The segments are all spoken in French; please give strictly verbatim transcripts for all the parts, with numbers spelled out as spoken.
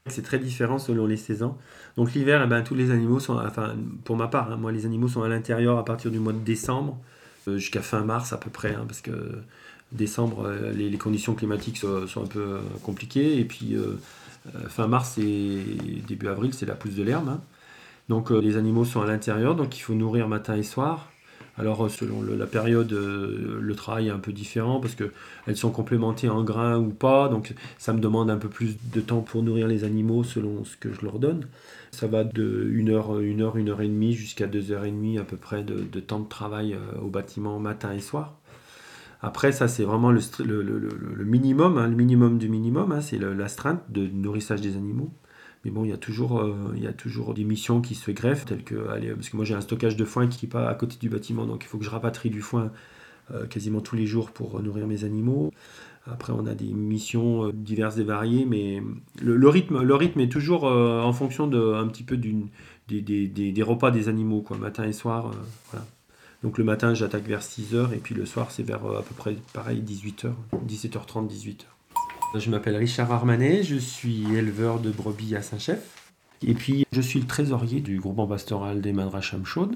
C'est très différent selon les saisons. Donc l'hiver, eh ben, tous les animaux sont, enfin pour ma part, hein, moi les animaux sont à l'intérieur à partir du mois de décembre euh, jusqu'à fin mars à peu près, hein, parce que décembre, euh, les, les conditions climatiques sont, sont un peu euh, compliquées, et puis euh, euh, fin mars et début avril, c'est la pousse de l'herbe, hein. Donc euh, les animaux sont à l'intérieur, donc il faut nourrir matin et soir. Alors euh, selon le- la période, euh, le travail est un peu différent parce que elles sont complémentées en grains ou pas, donc ça me demande un peu plus de temps pour nourrir les animaux selon ce que je leur donne. Ça va de une heure, une heure, une heure et demie jusqu'à deux heures et demie à peu près de, de temps de travail euh, au bâtiment matin et soir. Après, ça c'est vraiment le, str- le- le- le- le minimum, hein, le minimum du minimum, hein, c'est le- l'astreinte de nourrissage des animaux. Mais bon, il y a toujours, euh, il y a toujours des missions qui se greffent, telles que, allez, parce que moi j'ai un stockage de foin qui n'est pas à côté du bâtiment, donc il faut que je rapatrie du foin euh, quasiment tous les jours pour euh, nourrir mes animaux. Après, on a des missions euh, diverses et variées, mais le, le rythme, le rythme est toujours euh, en fonction de, un petit peu d'une, des, des- des- des repas des animaux, quoi, matin et soir. Euh, voilà. Donc le matin, j'attaque vers six heures, et puis le soir, c'est vers euh, à peu près pareil, dix-huit heures, dix-sept heures trente, dix-huit heures. Je m'appelle Richard Armanet, je suis éleveur de brebis à Saint-Chef. Et puis, je suis le trésorier du groupement pastoral des Madracham Chaudes.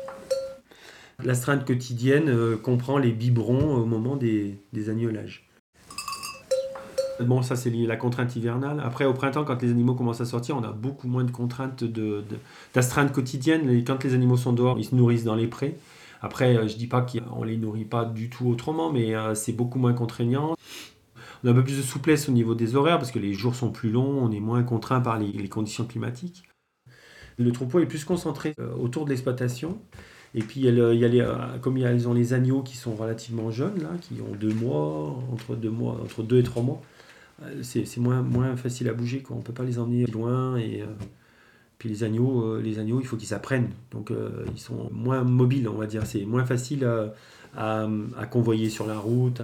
L'astreinte quotidienne euh, comprend les biberons au moment des, des agnelages. Bon, ça c'est lié à la contrainte hivernale. Après, au printemps, quand les animaux commencent à sortir, on a beaucoup moins de contraintes de, de- d'astreinte quotidienne. Et quand les animaux sont dehors, ils se nourrissent dans les prés. Après, euh, je dis pas qu'on les nourrit pas du tout autrement, mais euh, c'est beaucoup moins contraignant. On a un peu plus de souplesse au niveau des horaires parce que les jours sont plus longs, on est moins contraint par les, les conditions climatiques. Le troupeau est plus concentré euh, autour de l'exploitation. Et puis, il y a il y a les, euh, comme il y a- elles ont les agneaux qui sont relativement jeunes, là, qui ont deux mois, entre deux mois, entre deux et trois mois, euh, c'est c'est moins, moins facile à bouger, quoi. On ne peut pas les emmener loin. Et, euh, puis les agneaux, euh, les agneaux, il faut qu'ils s'apprennent. Donc, euh, ils sont moins mobiles, on va dire. C'est moins facile à, à, à convoyer sur la route.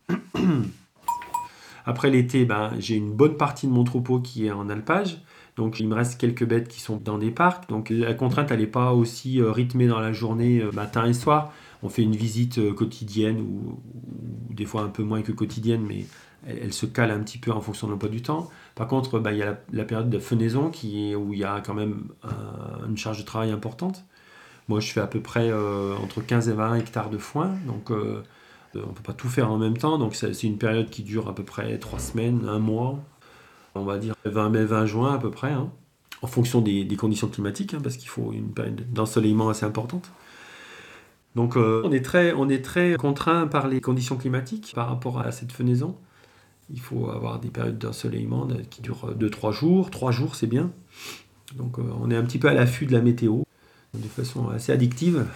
Après l'été, ben, j'ai une bonne partie de mon troupeau qui est en alpage. Donc il me reste quelques bêtes qui sont dans des parcs. Donc la contrainte, elle n'est pas aussi euh, rythmée dans la journée, euh, matin et soir. On fait une visite euh, quotidienne ou, ou des fois un peu moins que quotidienne, mais elle, elle se cale un petit peu en fonction de l'emploi du temps. Par contre, ben, il y a la, la période de fenaison qui est, où il y a quand même euh, une charge de travail importante. Moi, je fais à peu près euh, entre quinze et vingt hectares de foin. Donc euh, on ne peut pas tout faire en même temps, donc c'est une période qui dure à peu près trois semaines, un mois, on va dire vingt mai, vingt juin à peu près, hein, en fonction des, des conditions climatiques, hein, parce qu'il faut une période d'ensoleillement assez importante. Donc euh, on, est très, on est très contraint par les conditions climatiques par rapport à cette fenaison. Il faut avoir des périodes d'ensoleillement qui durent deux trois jours. trois jours, c'est bien. Donc euh, on est un petit peu à l'affût de la météo, de façon assez addictive.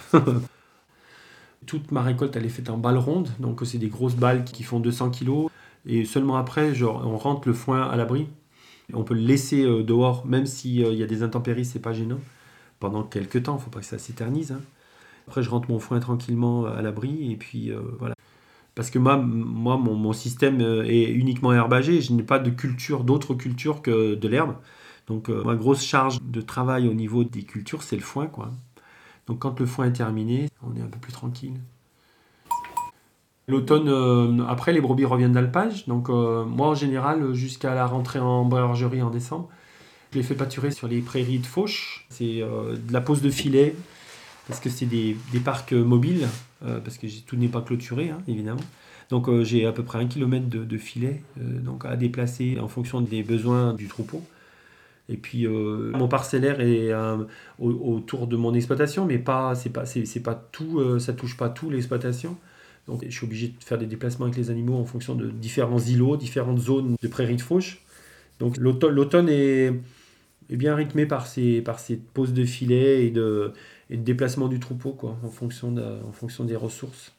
Toute ma récolte, elle est faite en balles rondes, donc c'est des grosses balles qui font deux cents kilos. Et seulement après, genre, on rentre le foin à l'abri. On peut le laisser euh, dehors, même s'il euh, y a des intempéries, c'est pas gênant. Pendant quelques temps, il ne faut pas que ça s'éternise, hein. Après, je rentre mon foin tranquillement euh, à l'abri, et puis euh, voilà. Parce que moi, moi mon, mon système euh, est uniquement herbagé. Je n'ai pas de culture, d'autres cultures que de l'herbe. Donc, euh, ma grosse charge de travail au niveau des cultures, c'est le foin, quoi. Donc, quand le foin est terminé, on est un peu plus tranquille. L'automne, euh, après, les brebis reviennent d'alpage. Donc, euh, moi, en général, jusqu'à la rentrée en bergerie en décembre, je les fais pâturer sur les prairies de fauche. C'est euh, de la pose de filets, parce que c'est des, des parcs mobiles, euh, parce que tout n'est pas clôturé, hein, évidemment. Donc, euh, j'ai à peu près un kilomètre de, de filets euh, donc à déplacer en fonction des besoins du troupeau. Et puis, euh, mon parcellaire est euh, au- autour de mon exploitation, mais pas, c'est pas, c'est, c'est pas tout, euh, ça touche pas tout l'exploitation. Donc, je suis obligé de faire des déplacements avec les animaux en fonction de différents îlots, différentes zones de prairies de fauche. Donc, l'automne, l'automne est, est bien rythmé par ces, par ces poses de filets et de, et de déplacement du troupeau, quoi, en fonction de- en fonction des ressources.